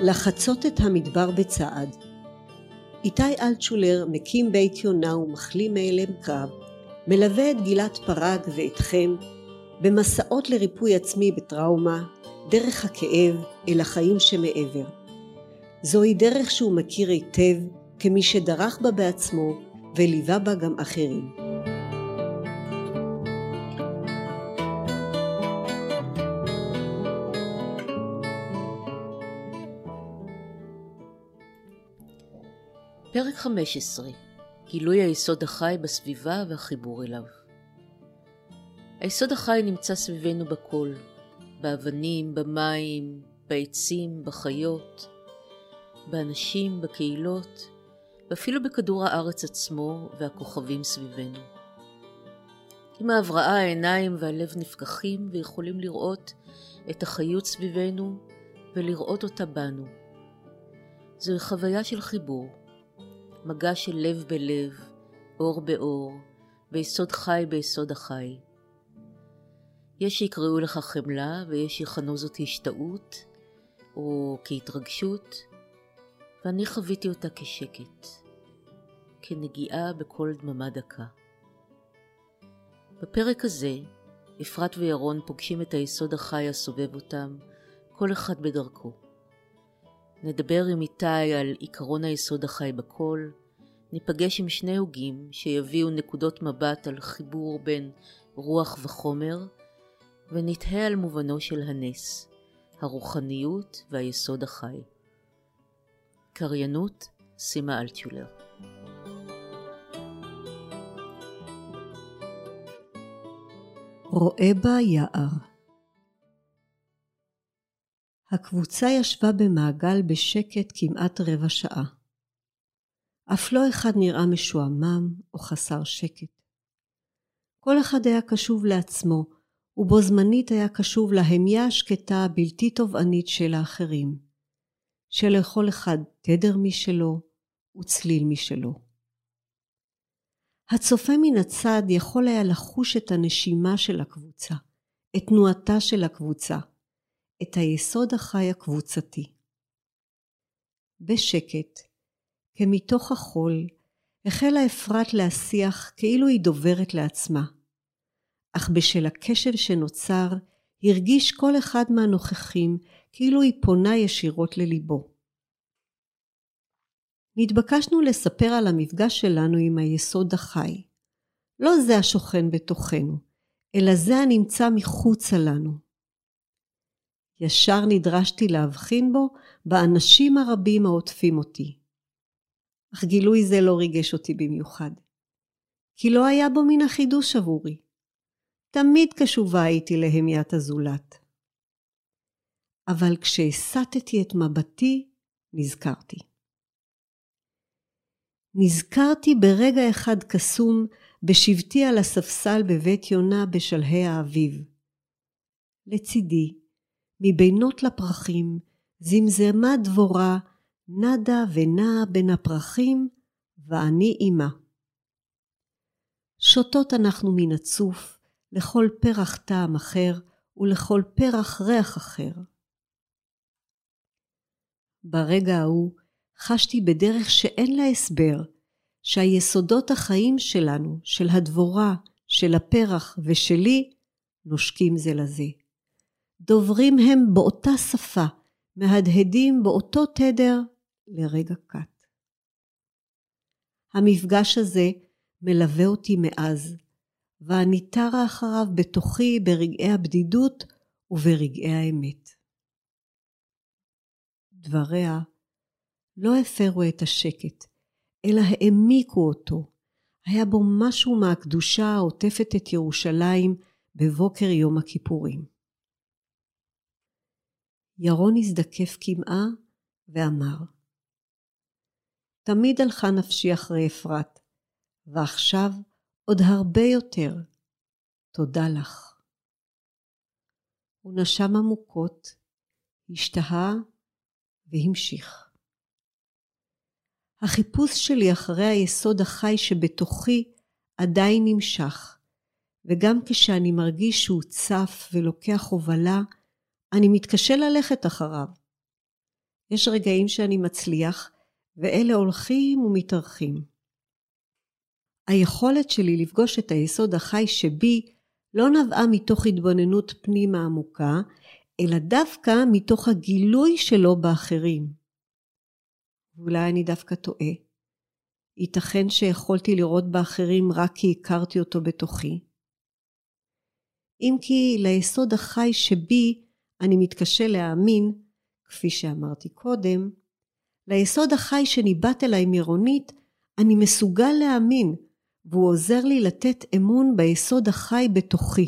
לחצות את המדבר בצעד. איתי אלטשולר מקים בית יונה ומחלים מאלם קרב, מלווה את גלעד פרג ואתכם במסעות לריפוי עצמי בטראומה, דרך הכאב אל החיים שמעבר. זוהי דרך שהוא מכיר היטב כמי שדרך בה בעצמו וליווה בה גם אחרים. פרק 15. גילוי היסוד החי בסביבה והחיבור אליו. היסוד החי נמצא סביבנו בכל, באבנים, במים, בעצים, בחיות, באנשים, בקהילות, ואפילו בכדור הארץ עצמו והכוכבים סביבנו. עם ההבראה העיניים והלב נפקחים ויכולים לראות את החיות סביבנו ולראות אותה בנו. זוהי חוויה של חיבור. מגע של לב בלב, אור באור, ביסוד חי ביסוד החי. יש שיקראו לך חמלה ויש שיכנו זאת השתאות או כהתרגשות, ואני חוויתי אותה כשקט, כנגיעה בכל דממה דקה. בפרק הזה, אפרת וירון פוגשים את היסוד החי הסובב אותם, כל אחד בדרכו. נדבר עם איתי על עיקרון היסוד החי בכל, ניפגש עם שני הוגים שיביאו נקודות מבט על חיבור בין רוח וחומר, ונתהה על מובנו של הנס, הרוחניות והיסוד החי. קריינות, סימה אלטשולר. רואה בה יער. הקבוצה ישבה במעגל בשקט כמעט רבע שעה. אף לא אחד נראה משועמם או חסר שקט. כל אחד היה קשוב לעצמו, ובו זמנית היה קשוב להמיה השקטה הבלתי תובענית של האחרים, שלכל אחד תדר משלו וצליל משלו. הצופה מן הצד יכול היה לחוש את הנשימה של הקבוצה, את תנועתה של הקבוצה, את היסוד החי הקבוצתי. בשקט, כמתוך החול, החלה אפרת להשיח כאילו היא דוברת לעצמה. אך בשל הקשב שנוצר, הרגיש כל אחד מהנוכחים כאילו היא פונה ישירות לליבו. נתבקשנו לספר על המפגש שלנו עם היסוד החי. לא זה השוכן בתוכנו, אלא זה הנמצא מחוצה לנו. ישר נדרשתי להבחין בו באנשים הרבים העוטפים אותי. אך גילוי זה לא ריגש אותי במיוחד, כי לא היה בו מן החידוש עבורי. תמיד קשובה הייתי להמיית הזולת. אבל כשהסתתי את מבטי, נזכרתי. נזכרתי ברגע אחד קסום בשבתי על הספסל בבית יונה בשלהי האביב. לצידי, מבינות לפרחים, זמזמה דבורה, נדה ונעה בין הפרחים, ואני אימה. שותות אנחנו מן הצוף, לכל פרח טעם אחר, ולכל פרח ריח אחר. ברגע ההוא, חשתי בדרך שאין לה הסבר, שהיסודות החיים שלנו, של הדבורה, של הפרח ושלי, נושקים זה לזה. דוברים הם באותה שפה, מהדהדים באותו תדר לרגע קט. המפגש הזה מלווה אותי מאז, ואני תרה אחריו בתוכי ברגעי הבדידות וברגעי האמת. דבריה לא הפרו את השקט, אלא העמיקו אותו. היה בו משהו מהקדושה העוטפת את ירושלים בבוקר יום הכיפורים. ירון הזדקף כמעה ואמר, תמיד הלכה נפשי אחרי אפרת, ועכשיו עוד הרבה יותר. תודה לך. הוא נשם עמוקות, השתהה והמשיך. החיפוש שלי אחרי היסוד החי שבתוכי עדיין נמשך, וגם כשאני מרגיש שהוא צף ולוקח הובלה, אני מתקשה ללכת אחריו. יש רגעים שאני מצליח, ואלה הולכים ומתארחים. היכולת שלי לפגוש את היסוד החי שבי לא נבעה מתוך התבוננות פנימה עמוקה, אלא דווקא מתוך הגילוי שלו באחרים. ואולי אני דווקא טועה. ייתכן שיכולתי לראות באחרים רק כי הכרתי אותו בתוכי. אם כי ליסוד החי שבי אני מתקשה להאמין, כפי שאמרתי קודם, ליסוד החי שניבט אליי מרונית אני מסוגל להאמין, והוא עוזר לי לתת אמון ביסוד החי בתוכי.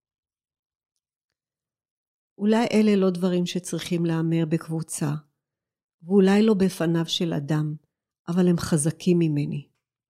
אולי אלה לא דברים שצריכים לאמר בקבוצה, ואולי לא בפניו של אדם, אבל הם חזקים ממני.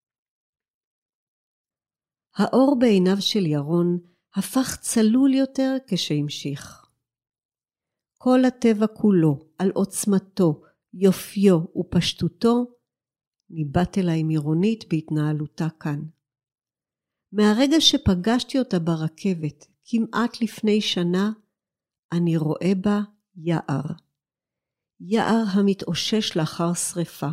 האור בעיניו של ירון הפך צלול יותר כשהמשיך. כל הטבע כולו, על עוצמתו, יופיו ופשטותו, ניבט אליי מרונית בהתנהלותה כאן. מהרגע שפגשתי אותה ברכבת, כמעט לפני שנה, אני רואה בה יער. יער המתאושש לאחר שריפה.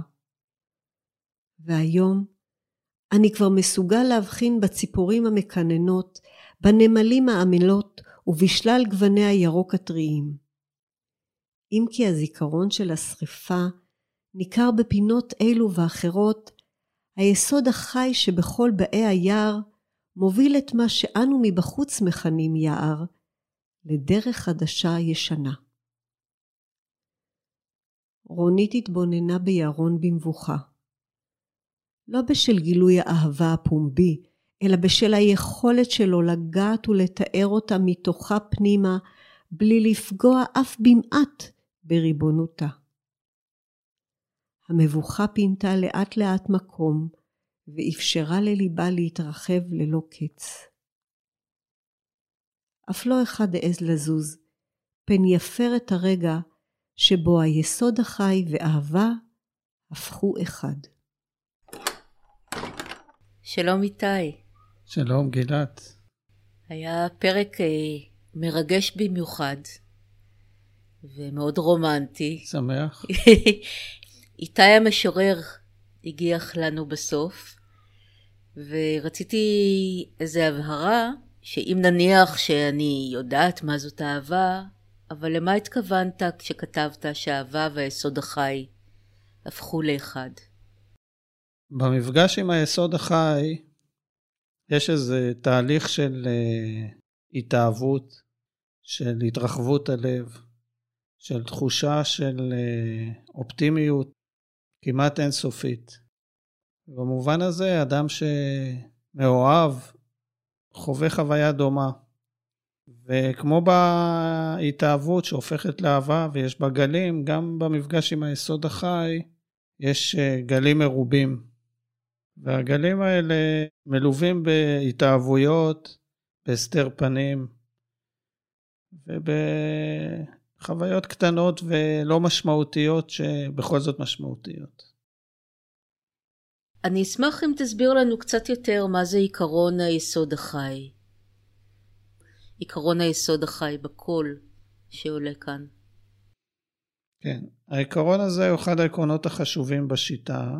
והיום אני כבר מסוגל להבחין בציפורים המקננות, בנמלים העמלות ובשלל גווני הירוק הטריים. אם כי הזיכרון של השריפה ניכר בפינות אלו ואחרות, היסוד החי שבכל באי היער מוביל את מה שאנו מבחוץ מכנים יער, לדרך חדשה ישנה. רונית התבוננה בירון במבוכה. לא בשל גילוי האהבה הפומבי, אלא בשל היכולת שלו לגעת ולתאר אותה מתוכה פנימה, בלי לפגוע אף במעט בריבונותה. המבוכה פינתה לאט לאט מקום, ואפשרה לליבה להתרחב ללא קץ. אף לא אחד העז לזוז, פן יפר את הרגע שבו היסוד החי ואהבה הפכו אחד. שלום איתי. שלום גילת. היה פרק מרגש במיוחד ומאוד רומנטי. שמח. איתי המשורר הגיח לנו בסוף, ורציתי איזו הבהרה, שאם נניח שאני יודעת מה זאת אהבה, אבל למה התכוונת כשכתבת שהאהבה והיסוד החי הפכו לאחד? במפגש עם היסוד החי יש איזה תהליך של התאהבות, של התרחבות הלב, של תחושה של אופטימיות כמעט אינסופית. במובן הזה אדם שמאוהב חווה חוויה דומה. וכמו בהתאהבות שהופכת לאהבה ויש בה גלים, גם במפגש עם היסוד החי יש גלים מרובים. והגלים האלה מלווים בהתאהבויות, בהסתר פנים, ובחוויות קטנות ולא משמעותיות שבכל זאת משמעותיות. אני אשמח אם תסביר לנו קצת יותר מה זה עיקרון היסוד החי. עיקרון היסוד החי בכל שעולה כאן. כן, העיקרון הזה הוא אחד העקרונות החשובים בשיטה,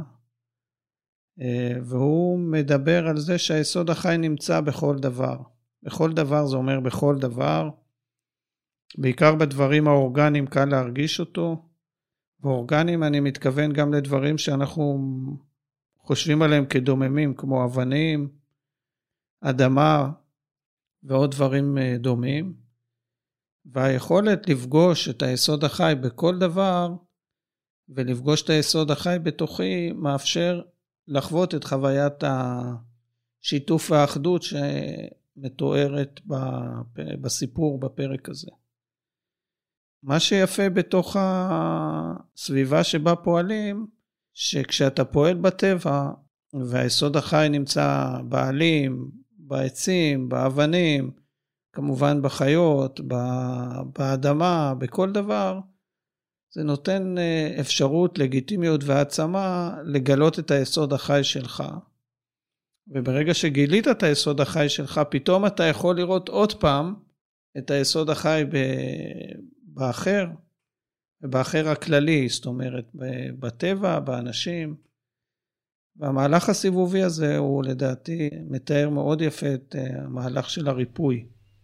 והוא מדבר על זה שהיסוד החי נמצא בכל דבר. בכל דבר זה אומר בכל דבר, בעיקר בדברים האורגניים קל להרגיש אותו, ואורגניים אני מתכוון גם לדברים שאנחנו חושבים עליהם כדוממים, כמו אבנים, אדמה ועוד דברים דומים. והיכולת לפגוש את היסוד החי בכל דבר, ולפגוש את היסוד החי בתוכי, מאפשר לחוות את חוויית השיתוף והאחדות שמתוארת בסיפור בפרק הזה. מה שיפה בתוך הסביבה שבה פועלים, שכשאתה פועל בטבע, והיסוד החי נמצא בעלים, בעצים, באבנים, כמובן בחיות, באדמה, בכל דבר, זה נותן אפשרות, לגיטימיות והעצמה לגלות את היסוד החי שלך. וברגע שגילית את היסוד החי שלך, פתאום אתה יכול לראות עוד פעם את היסוד החי באחר, ובאחר הכללי, זאת אומרת, בטבע, באנשים. והמהלך הסיבובי הזה הוא לדעתי מתאר מאוד יפה את המהלך של הריפוי.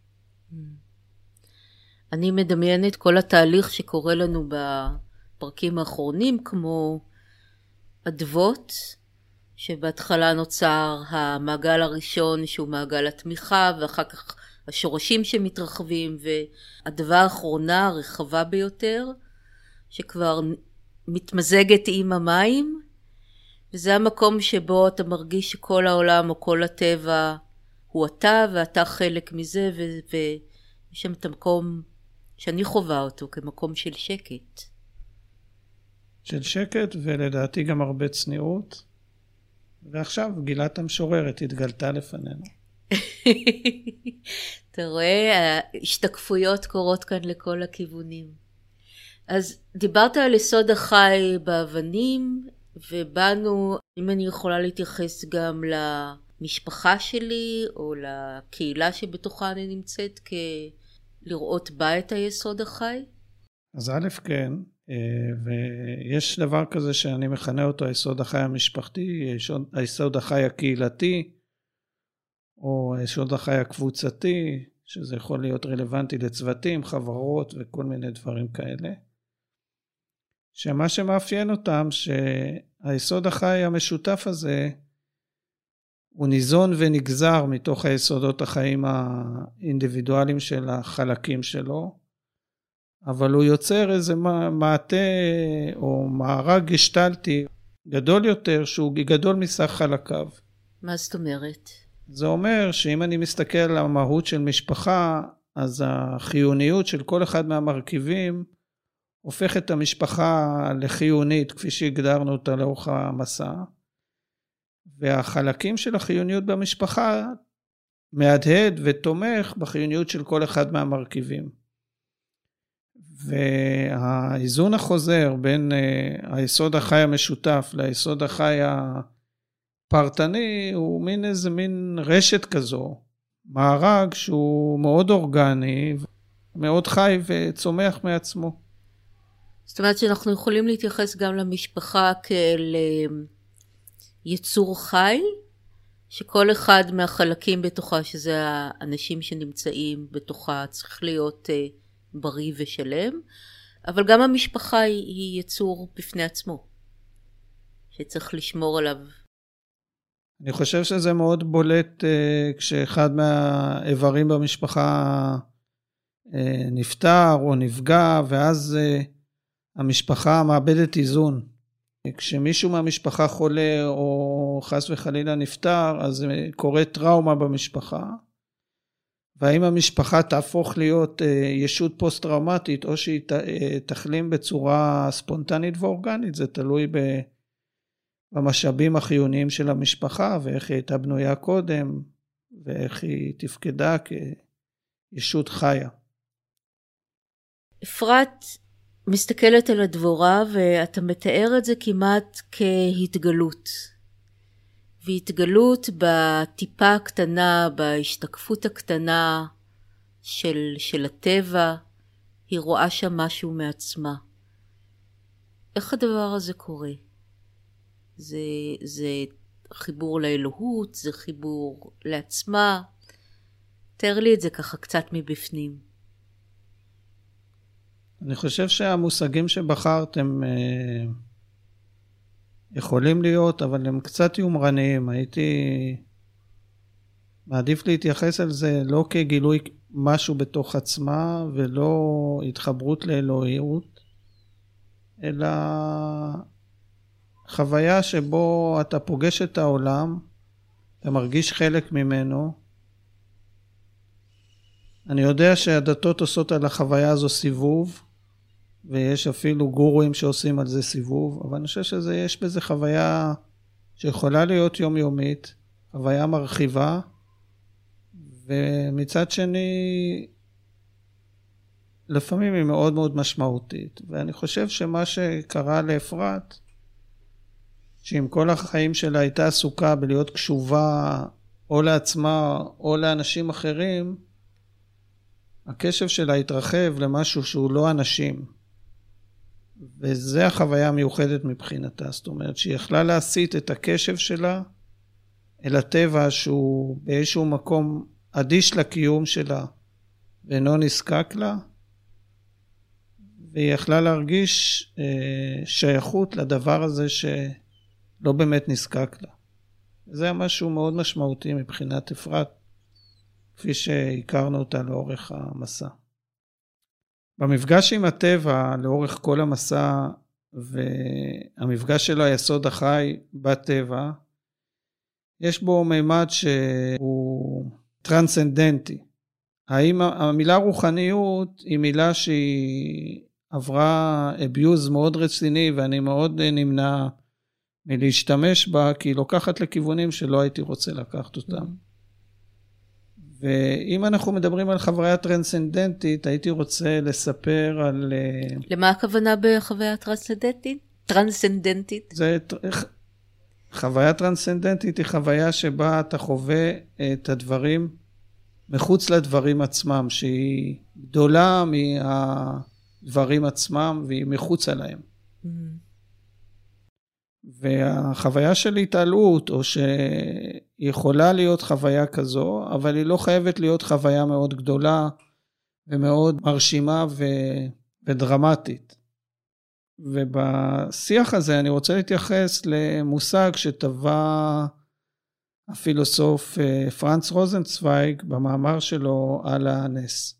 אני מדמיינת כל התהליך שקורה לנו בפרקים האחרונים, כמו אדוות, שבהתחלה נוצר המעגל הראשון שהוא מעגל התמיכה, ואחר כך השורשים שמתרחבים, והדבר האחרונה הרחבה ביותר, שכבר מתמזגת עם המים, וזה המקום שבו אתה מרגיש שכל העולם או כל הטבע הוא אתה, ואתה חלק מזה, ויש שם את המקום שאני חווה אותו כמקום של שקט. של שקט, ולדעתי גם הרבה צניעות. ועכשיו גילת המשוררת התגלתה לפנינו. אתה רואה, ההשתקפויות קורות כאן לכל הכיוונים. אז דיברת על יסוד החי באבנים, ובאנו, אם אני יכולה להתייחס גם למשפחה שלי, או לקהילה שבתוכה אני נמצאת, לראות בה את היסוד החי? אז א' כן, ויש דבר כזה שאני מכנה אותו היסוד החי המשפחתי, היסוד החי הקהילתי, או היסוד החי הקבוצתי, שזה יכול להיות רלוונטי לצוותים, חברות וכל מיני דברים כאלה. שמה שמאפיין אותם, שהיסוד החי המשותף הזה, הוא ניזון ונגזר מתוך היסודות החיים האינדיבידואליים של החלקים שלו, אבל הוא יוצר איזה מעטה או מארג גשטלטי גדול יותר, שהוא גדול מסך חלקיו. מה זאת אומרת? זה אומר שאם אני מסתכל על המהות של משפחה, אז החיוניות של כל אחד מהמרכיבים, הופך את המשפחה לחיונית, כפי שהגדרנו אותה לאורך המסע, והחלקים של החיוניות במשפחה מהדהד ותומך בחיוניות של כל אחד מהמרכיבים. והאיזון החוזר בין היסוד החי המשותף ליסוד החי הפרטני הוא מין רשת כזו, מארג שהוא מאוד אורגני, מאוד חי וצומח מעצמו. זאת אומרת שאנחנו יכולים להתייחס גם למשפחה כאל יצור חי, שכל אחד מהחלקים בתוכה, שזה האנשים שנמצאים בתוכה, צריך להיות בריא ושלם, אבל גם המשפחה היא יצור בפני עצמו, שצריך לשמור עליו. אני חושב שזה מאוד בולט כשאחד מהאיברים במשפחה נפטר או נפגע, ואז המשפחה מאבדת איזון. כשמישהו מהמשפחה חולה או חס וחלילה נפטר, אז קורה טראומה במשפחה. והאם המשפחה תהפוך להיות ישות פוסט-טראומטית, או שהיא תחלים בצורה ספונטנית ואורגנית, זה תלוי במשאבים החיוניים של המשפחה, ואיך היא הייתה בנויה קודם, ואיך היא תפקדה כישות חיה. אפרת מסתכלת על הדבורה, ואתה מתאר את זה כמעט כהתגלות. והתגלות בטיפה הקטנה, בהשתקפות הקטנה של הטבע, היא רואה שם משהו מעצמה. איך הדבר הזה קורה? זה חיבור לאלוהות, זה חיבור לעצמה. תאר לי את זה ככה קצת מבפנים. אני חושב שהמושגים שבחרתם יכולים להיות, אבל הם קצת יומרניים. הייתי מעדיף להתייחס על זה לא כגילוי משהו בתוך עצמה, ולא התחברות לאלוהיות, אלא חוויה שבו אתה פוגש את העולם, אתה מרגיש חלק ממנו. אני יודע שהדתות עושות על החוויה הזו סיבוב, ויש אפילו גורואים שעושים על זה סיבוב, אבל אני חושב שיש בזה חוויה שיכולה להיות יומיומית, חוויה מרחיבה, ומצד שני, לפעמים היא מאוד מאוד משמעותית. ואני חושב שמה שקרה לאפרת, שעם כל החיים שלה הייתה עסוקה בלהיות קשובה או לעצמה או לאנשים אחרים, הקשב שלה התרחב למשהו שהוא לא אנשים. וזה החוויה המיוחדת מבחינתה. זאת אומרת שהיא יכלה להסיט את הקשב שלה אל הטבע שהוא באיזשהו מקום אדיש לקיום שלה ואינו נזקק לה, והיא יכלה להרגיש שייכות לדבר הזה שלא באמת נזקק לה. זה משהו מאוד משמעותי מבחינת אפרת, כפי שהכרנו אותה לאורך המסע. במפגש עם הטבע, לאורך כל המסע, והמפגש שלו היסוד החי בטבע, יש בו מימד שהוא טרנסצנדנטי. המילה רוחניות היא מילה שהיא עברה אביוז מאוד רציני, ואני מאוד נמנע מלהשתמש בה, כי היא לוקחת לכיוונים שלא הייתי רוצה לקחת אותם. ואם אנחנו מדברים על חוויה טרנסצנדנטית, הייתי רוצה לספר על... למה הכוונה בחוויה טרנסצנדנטית? חוויה טרנסצנדנטית היא חוויה שבה אתה חווה את הדברים מחוץ לדברים עצמם, שהיא גדולה מהדברים עצמם והיא מחוץ עליהם. והחוויה של התעלות, או שהיא יכולה להיות חוויה כזו, אבל היא לא חייבת להיות חוויה מאוד גדולה ומאוד מרשימה ודרמטית. ובשיח הזה אני רוצה להתייחס למושג שטבע הפילוסוף פרנץ רוזנצוויג במאמר שלו על הנס.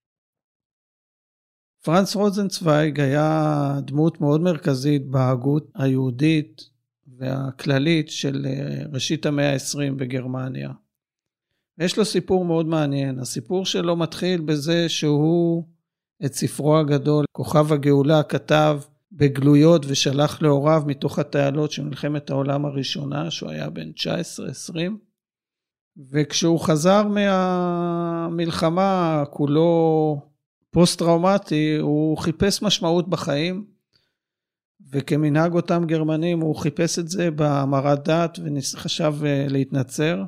פרנץ רוזנצוויג היה דמות מאוד מרכזית בהגות היהודית והכללית של ראשית המאה ה-20 בגרמניה. יש לו סיפור מאוד מעניין. הסיפור שלו מתחיל בזה שהוא את ספרו הגדול, כוכב הגאולה, כתב בגלויות ושלח להוריו מתוך התעלות של מלחמת העולם הראשונה, שהוא היה בן 19-20. וכשהוא חזר מהמלחמה כולו פוסט-טראומטי, הוא חיפש משמעות בחיים, וכמנהג אותם גרמנים הוא חיפש את זה בהמרת דת וחשב להתנצר.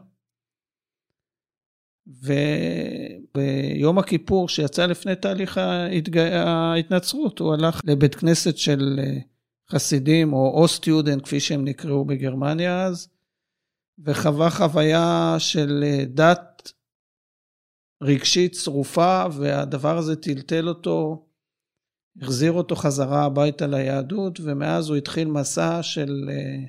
וביום הכיפור שיצא לפני תהליך ההתנצרות, הוא הלך לבית כנסת של חסידים או סטודנט כפי שהם נקראו בגרמניה אז, וחווה חוויה של דת רגשית צרופה, והדבר הזה טלטל אותו, החזיר אותו חזרה הביתה ליהדות, ומאז הוא התחיל מסע של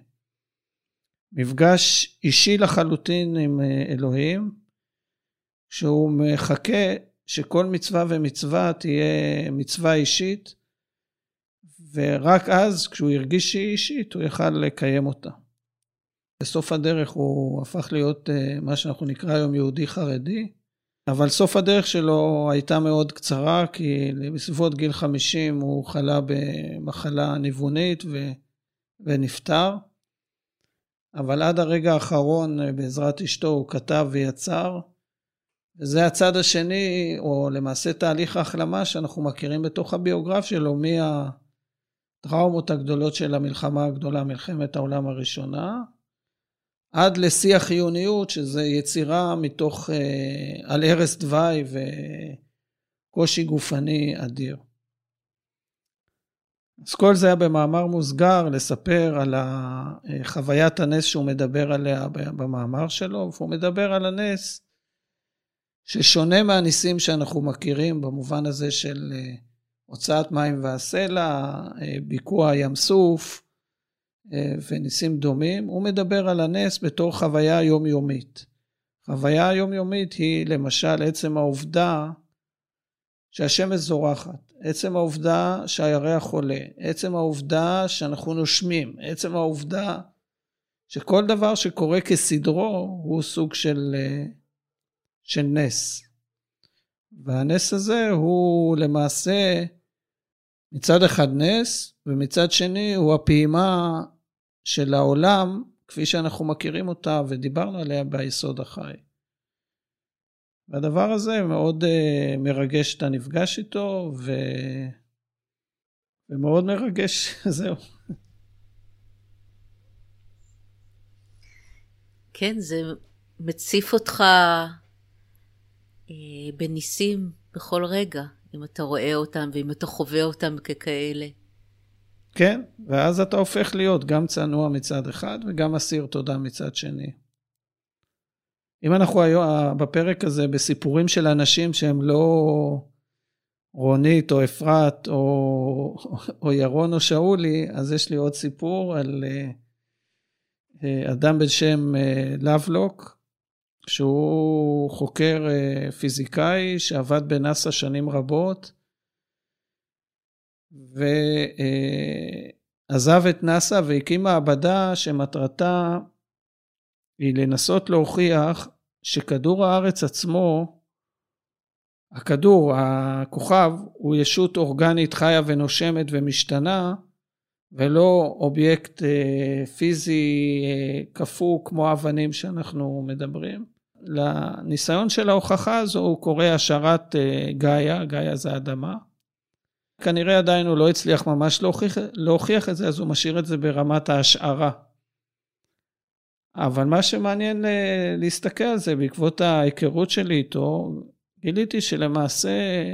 מפגש אישי לחלוטין עם אלוהים, שהוא מחכה שכל מצווה ומצווה תהיה מצווה אישית, ורק אז כשהוא הרגיש שהיא אישית הוא יוכל לקיים אותה. בסוף הדרך הוא הפך להיות מה שאנחנו נקרא היום יהודי חרדי, אבל סוף הדרך שלו הייתה מאוד קצרה, כי בסביבות גיל 50 הוא חלה במחלה ניוונית ונפטר. אבל עד הרגע האחרון בעזרת אשתו הוא כתב ויצר. וזה הצד השני, או למעשה תהליך ההחלמה שאנחנו מכירים בתוך הביוגרף שלו, מהטראומות הגדולות של המלחמה הגדולה, מלחמת העולם הראשונה, עד לשיא החיוניות, שזה יצירה מתוך על ערש דווי וקושי גופני אדיר. אז כל זה היה במאמר מוסגר לספר על חוויית הנס שהוא מדבר עליה במאמר שלו, והוא מדבר על הנס ששונה מהניסים שאנחנו מכירים, במובן הזה של הוצאת מים והסלע, ביקוע ים סוף, וניסים דומים. הוא מדבר על הנס בתור חוויה יומיומית. חוויה יומיומית היא למשל עצם העובדה שהשמש זורחת, עצם העובדה שהירח עולה, עצם העובדה שאנחנו נושמים, עצם העובדה שכל דבר שקורה כסדרו הוא סוג של נס. והנס הזה הוא למעשה מצד אחד נס, ומצד שני הוא הפעימה של העולם, כפי שאנחנו מכירים אותה ודיברנו עליה ביסוד החי. והדבר הזה מאוד מרגש את הנפגש איתו, ומאוד מרגש, זהו. כן, זה מציף אותך בניסים בכל רגע, אם אתה רואה אותם ואם אתה חווה אותם ככאלה. כן, ואז אתה הופך להיות גם צנוע מצד אחד וגם אסיר תודה מצד שני. אם אנחנו היום בפרק הזה בסיפורים של אנשים שהם לא רונית או אפרת או ירון או שאולי, אז יש לי עוד סיפור על אדם בשם לבלוק, שהוא חוקר פיזיקאי שעבד בנאסא שנים רבות, ועזב את נאסא והקים מעבדה שמטרתה היא לנסות להוכיח שכדור הארץ עצמו, הכוכב, הוא ישות אורגנית חיה ונושמת ומשתנה, ולא אובייקט פיזי כפו כמו אבנים שאנחנו מדברים. לניסיון של ההוכחה הזו הוא קורא השערת גאיה, גאיה זה האדמה. כנראה עדיין הוא לא הצליח ממש להוכיח את זה, אז הוא משאיר את זה ברמת ההשערה. אבל מה שמעניין להסתכל על זה, בעקבות ההיכרות שלי איתו, גיליתי שלמעשה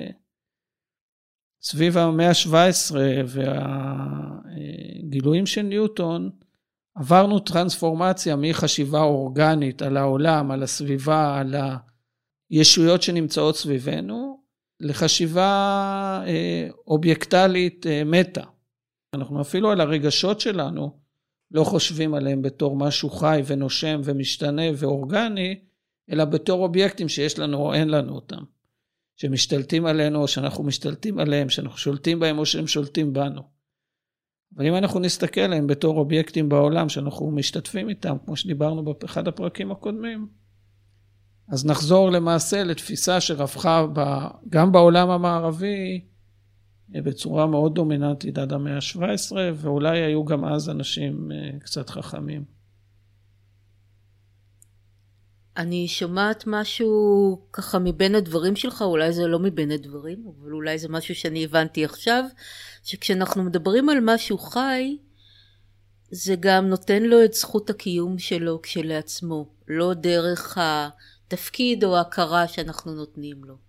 סביב המאה ה-17 והגילויים של ניוטון, עברנו טרנספורמציה מחשיבה אורגנית על העולם, על הסביבה, על הישויות שנמצאות סביבנו, לחשיבה אובייקטלית מטה. אנחנו אפילו על הרגשות שלנו לא חושבים עליהם בתור משהו חי ונושם ומשתנה ואורגני, אלא בתור אובייקטים שיש לנו או אין לנו אותם. שמשתלטים עלינו או שאנחנו משתלטים עליהם, שאנחנו שולטים בהם או שהם שולטים בנו. אבל אם אנחנו נסתכל עליהם בתור אובייקטים בעולם שאנחנו משתתפים איתם, כמו שדיברנו באחד הפרקים הקודמים, אז נחזור למעשה לתפיסה שרווחה גם בעולם המערבי, בצורה מאוד דומיננטית עד המאה ה-17, ואולי היו גם אז אנשים קצת חכמים. אני שומעת משהו ככה מבין הדברים שלך, אולי זה לא מבין הדברים, אבל אולי זה משהו שאני הבנתי עכשיו, שכשאנחנו מדברים על משהו חי, זה גם נותן לו את זכות הקיום שלו כשלעצמו, לא דרך התפקיד או ההכרה שאנחנו נותנים לו.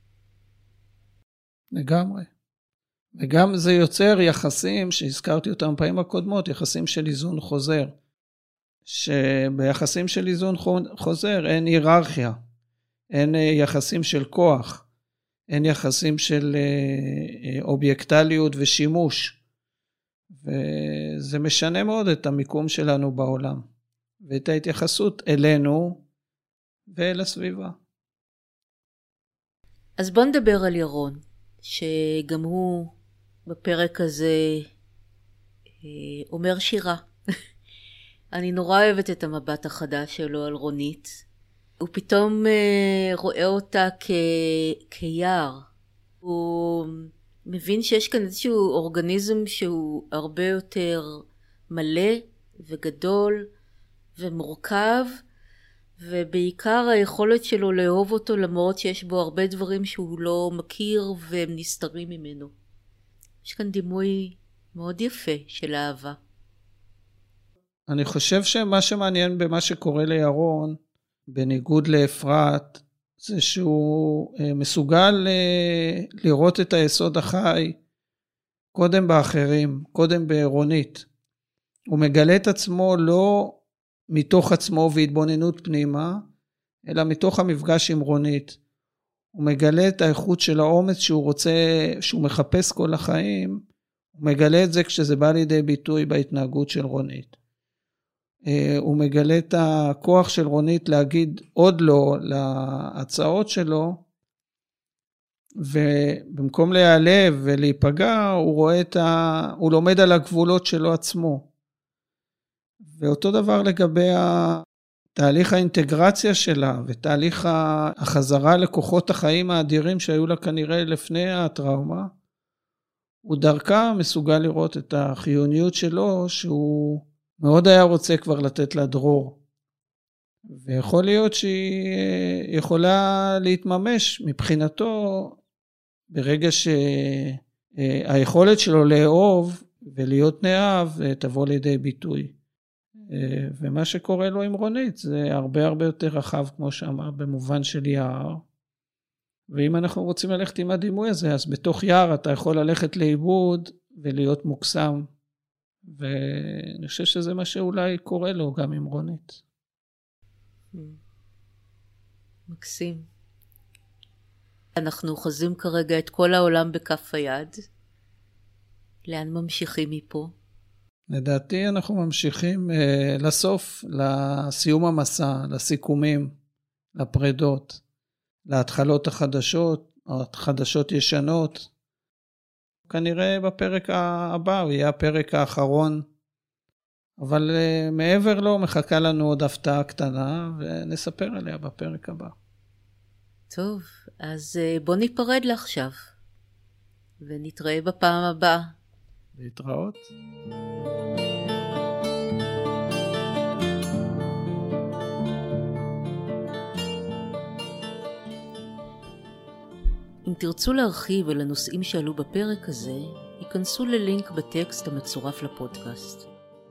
לגמרי. וגם זה יוצר יחסים שהזכרתי אותם פעמים הקודמות, יחסים של איזון חוזר. שביחסים של איזון חוזר אין היררכיה, אין יחסים של כוח, אין יחסים של אובייקטליות ושימוש. וזה משנה מאוד את המיקום שלנו בעולם, ואת ההתייחסות אלינו ואל הסביבה. אז בוא נדבר על ירון, שגם הוא בפרק הזה אומר שירה. אני נורא אוהבת את המבט החדש שלו על רונית. הוא פתאום רואה אותה כיער. הוא מבין שיש כאן איזשהו אורגניזם שהוא הרבה יותר מלא וגדול ומורכב, ובעיקר היכולת שלו לאהוב אותו למרות שיש בו הרבה דברים שהוא לא מכיר והם נסתרים ממנו. יש כאן דימוי מאוד יפה של אהבה. אני חושב שמה שמעניין במה שקורה לירון, בניגוד לאפרת, זה שהוא מסוגל לראות את היסוד החי קודם באחרים, קודם ברונית. הוא מגלה את עצמו לא מתוך עצמו והתבוננות פנימה, אלא מתוך המפגש עם רונית. הוא מגלה את האיכות של האומץ שהוא רוצה, שהוא מחפש כל החיים, הוא מגלה את זה כשזה בא לידי ביטוי בהתנהגות של רונית. הוא מגלה את הכוח של רונית להגיד עוד לא להצעות שלו, ובמקום להיעלב ולהיפגע, הוא לומד על הגבולות שלו עצמו. ואותו דבר לגבי תהליך האינטגרציה שלה, ותהליך החזרה לכוחות החיים האדירים שהיו לה כנראה לפני הטראומה, הוא דרכה מסוגל לראות את החיוניות שלו, שהוא מאוד היה רוצה כבר לתת לה דרור. ויכול להיות שהיא יכולה להתממש מבחינתו, ברגע שהיכולת שלו לאהוב ולהיות נאהב תבוא לידי ביטוי. ומה שקורה לו עם רונית זה הרבה הרבה יותר רחב, כמו שאמר, במובן של יער. ואם אנחנו רוצים ללכת עם הדימוי הזה, אז בתוך יער אתה יכול ללכת לאיבוד ולהיות מוקסם ואני חושב שזה מה שאולי קורה לו גם עם רונית. מקסים. אנחנו אוחזים כרגע את כל העולם בכף היד. לאן ממשיכים מפה? לדעתי אנחנו ממשיכים לסוף, לסיום המסע, לסיכומים, לפרדות, להתחלות החדשות, החדשות ישנות. כנראה בפרק הבא, הוא יהיה הפרק האחרון, אבל מעבר לו מחכה לנו עוד הפתעה קטנה, ונספר עליה בפרק הבא. טוב, אז בוא ניפרד לעכשיו, ונתראה בפעם הבאה. להתראות. אם תרצו להרחיב על הנושאים שעלו בפרק הזה, ייכנסו ללינק בטקסט המצורף לפודקאסט.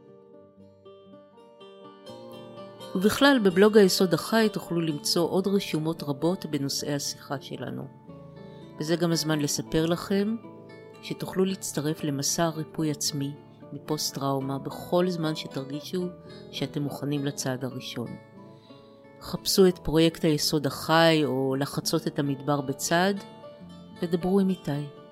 ובכלל, בבלוג היסוד החי תוכלו למצוא עוד רשומות רבות בנושאי השיחה שלנו. וזה גם הזמן לספר לכם שתוכלו להצטרף למסע ריפוי עצמי מפוסט טראומה בכל זמן שתרגישו שאתם מוכנים לצעד הראשון. חפשו את פרויקט היסוד החי או לחצות את המדבר בצד ודברו עם איתי.